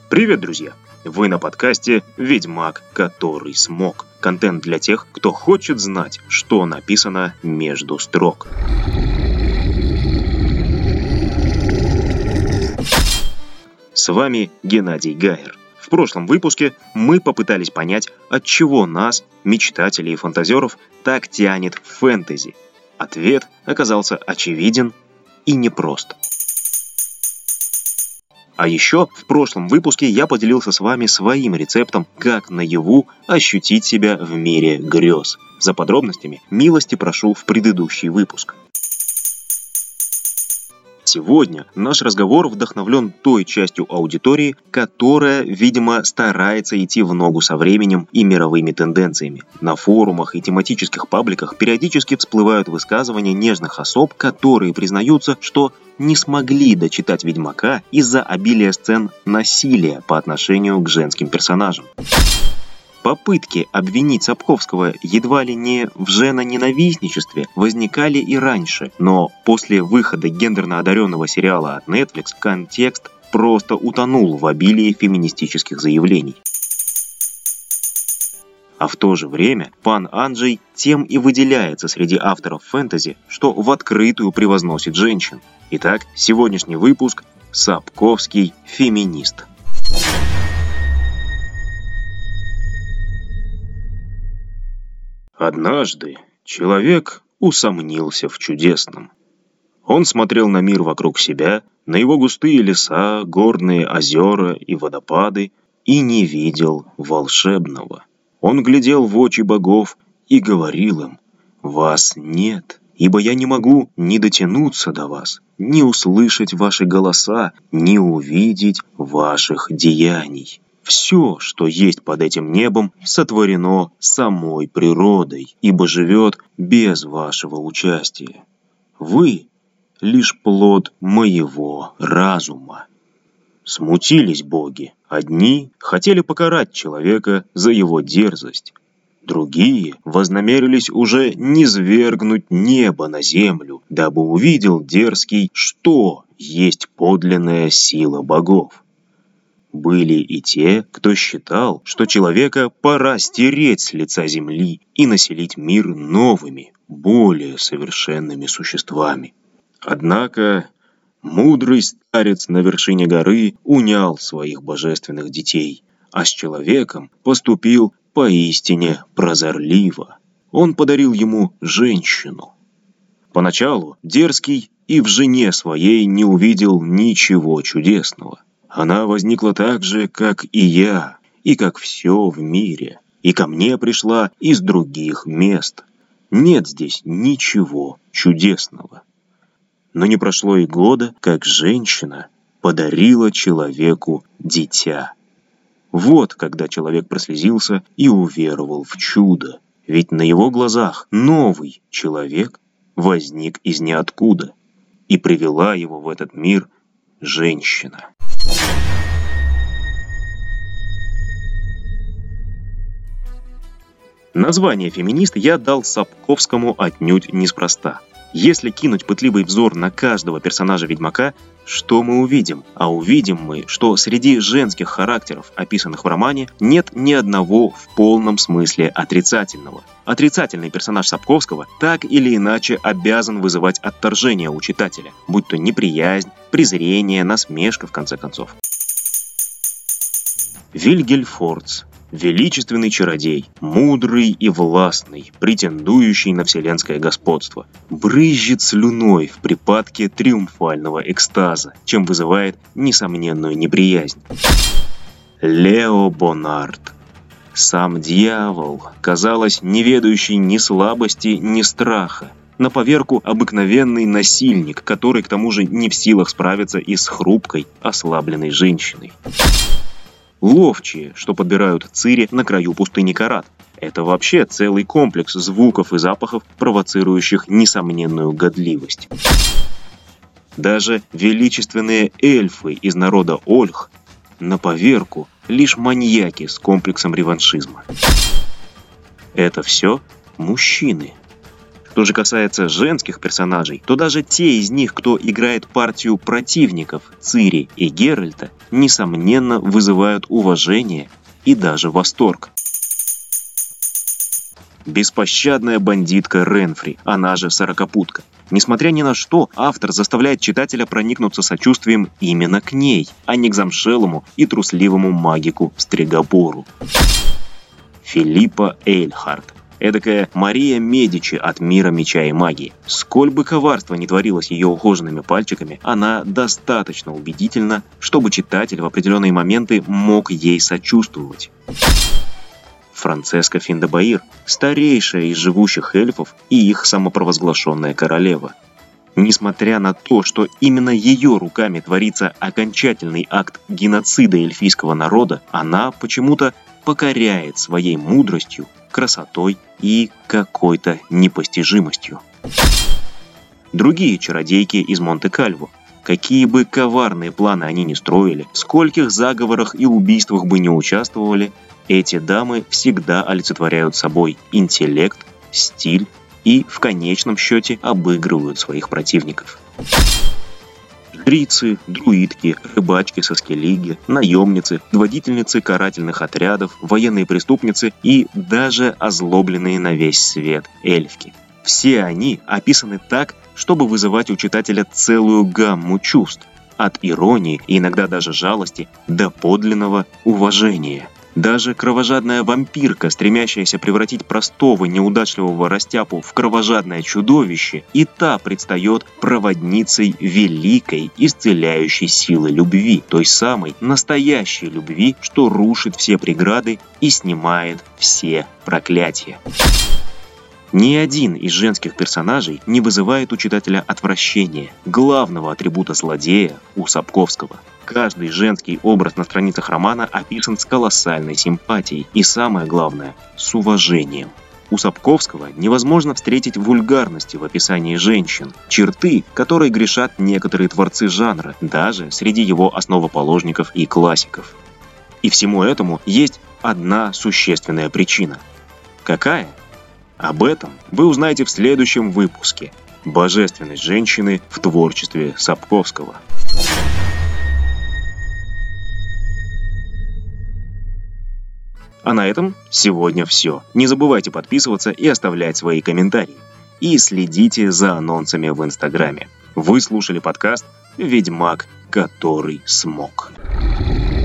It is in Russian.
Привет, друзья! Вы на подкасте «Ведьмак, который смог». Контент для тех, кто хочет знать, что написано между строк. С вами Геннадий Гайер. В прошлом выпуске мы попытались понять, отчего нас, мечтателей и фантазеров, так тянет в фэнтези. Ответ оказался очевиден и непрост. А еще в прошлом выпуске я поделился с вами своим рецептом, как наяву ощутить себя в мире грез. За подробностями милости прошу в предыдущий выпуск. Сегодня наш разговор вдохновлен той частью аудитории, которая, видимо, старается идти в ногу со временем и мировыми тенденциями. На форумах и тематических пабликах периодически всплывают высказывания нежных особ, которые признаются, что не смогли дочитать «Ведьмака» из-за обилия сцен насилия по отношению к женским персонажам. Попытки обвинить Сапковского едва ли не в женоненавистничестве возникали и раньше, но после выхода гендерно одаренного сериала от Netflix контекст просто утонул в обилии феминистических заявлений. А в то же время пан Анджей тем и выделяется среди авторов фэнтези, что в открытую превозносит женщин. Итак, сегодняшний выпуск «Сапковский феминист». Однажды человек усомнился в чудесном. Он смотрел на мир вокруг себя, на его густые леса, горные озера и водопады, и не видел волшебного. Он глядел в очи богов и говорил им: «Вас нет, ибо я не могу ни дотянуться до вас, ни услышать ваши голоса, ни увидеть ваших деяний». Все, что есть под этим небом, сотворено самой природой, ибо живет без вашего участия. Вы — лишь плод моего разума. Смутились боги. Одни хотели покарать человека за его дерзость. Другие вознамерились уже низвергнуть небо на землю, дабы увидел дерзкий, что есть подлинная сила богов. Были и те, кто считал, что человека пора стереть с лица земли и населить мир новыми, более совершенными существами. Однако мудрый старец на вершине горы унял своих божественных детей, а с человеком поступил поистине прозорливо. Он подарил ему женщину. Поначалу дерзкий и в жене своей не увидел ничего чудесного. Она возникла так же, как и я, и как все в мире, и ко мне пришла из других мест. Нет здесь ничего чудесного. Но не прошло и года, как женщина подарила человеку дитя. Вот когда человек прослезился и уверовал в чудо, ведь на его глазах новый человек возник из ниоткуда, и привела его в этот мир женщина. Название «феминист» я дал Сапковскому отнюдь неспроста. Если кинуть пытливый взор на каждого персонажа «Ведьмака», что мы увидим? А увидим мы, что среди женских характеров, описанных в романе, нет ни одного в полном смысле отрицательного. Отрицательный персонаж Сапковского так или иначе обязан вызывать отторжение у читателя, будь то неприязнь, презрение, насмешка в конце концов. Вильгельфордс. Величественный чародей, мудрый и властный, претендующий на вселенское господство, брызжет слюной в припадке триумфального экстаза, чем вызывает несомненную неприязнь. Лео Бонард. Сам дьявол, казалось, не ведающий ни слабости, ни страха. На поверку обыкновенный насильник, который к тому же не в силах справиться и с хрупкой, ослабленной женщиной. Ловчие, что подбирают цири на краю пустыни Карат. Это вообще целый комплекс звуков и запахов, провоцирующих несомненную годливость. Даже величественные эльфы из народа Ольх на поверку лишь маньяки с комплексом реваншизма. Это все мужчины. Что же касается женских персонажей, то даже те из них, кто играет партию противников Цири и Геральта, несомненно вызывают уважение и даже восторг. Беспощадная бандитка Ренфри, она же Сорокопутка. Несмотря ни на что, автор заставляет читателя проникнуться сочувствием именно к ней, а не к замшелому и трусливому магику Стригобору. Филиппа Эйльхарт. Эдакая Мария Медичи от мира меча и магии. Сколь бы коварство не творилось ее ухоженными пальчиками, она достаточно убедительна, чтобы читатель в определенные моменты мог ей сочувствовать. Францеска Финдебаир, старейшая из живущих эльфов и их самопровозглашенная королева. Несмотря на то, что именно ее руками творится окончательный акт геноцида эльфийского народа, она почему-то покоряет своей мудростью, красотой и какой-то непостижимостью. Другие чародейки из Монте-Кальво. Какие бы коварные планы они ни строили, в скольких заговорах и убийствах бы не участвовали, эти дамы всегда олицетворяют собой интеллект, стиль и, в конечном счете, обыгрывают своих противников. Жрицы, друидки, рыбачки со Скеллиги, наемницы, водительницы карательных отрядов, военные преступницы и даже озлобленные на весь свет эльфки. Все они описаны так, чтобы вызывать у читателя целую гамму чувств, от иронии и иногда даже жалости до подлинного уважения. Даже кровожадная вампирка, стремящаяся превратить простого неудачливого растяпу в кровожадное чудовище, и та предстает проводницей великой исцеляющей силы любви, той самой настоящей любви, что рушит все преграды и снимает все проклятия. Ни один из женских персонажей не вызывает у читателя отвращения, главного атрибута злодея у Сапковского. Каждый женский образ на страницах романа описан с колоссальной симпатией и, самое главное, с уважением. У Сапковского невозможно встретить вульгарности в описании женщин, черты, которые грешат некоторые творцы жанра, даже среди его основоположников и классиков. И всему этому есть одна существенная причина. Какая? Об этом вы узнаете в следующем выпуске «Божественность женщины в творчестве Сапковского». А на этом сегодня все. Не забывайте подписываться и оставлять свои комментарии. И следите за анонсами в Инстаграме. Вы слушали подкаст «Ведьмак, который смог».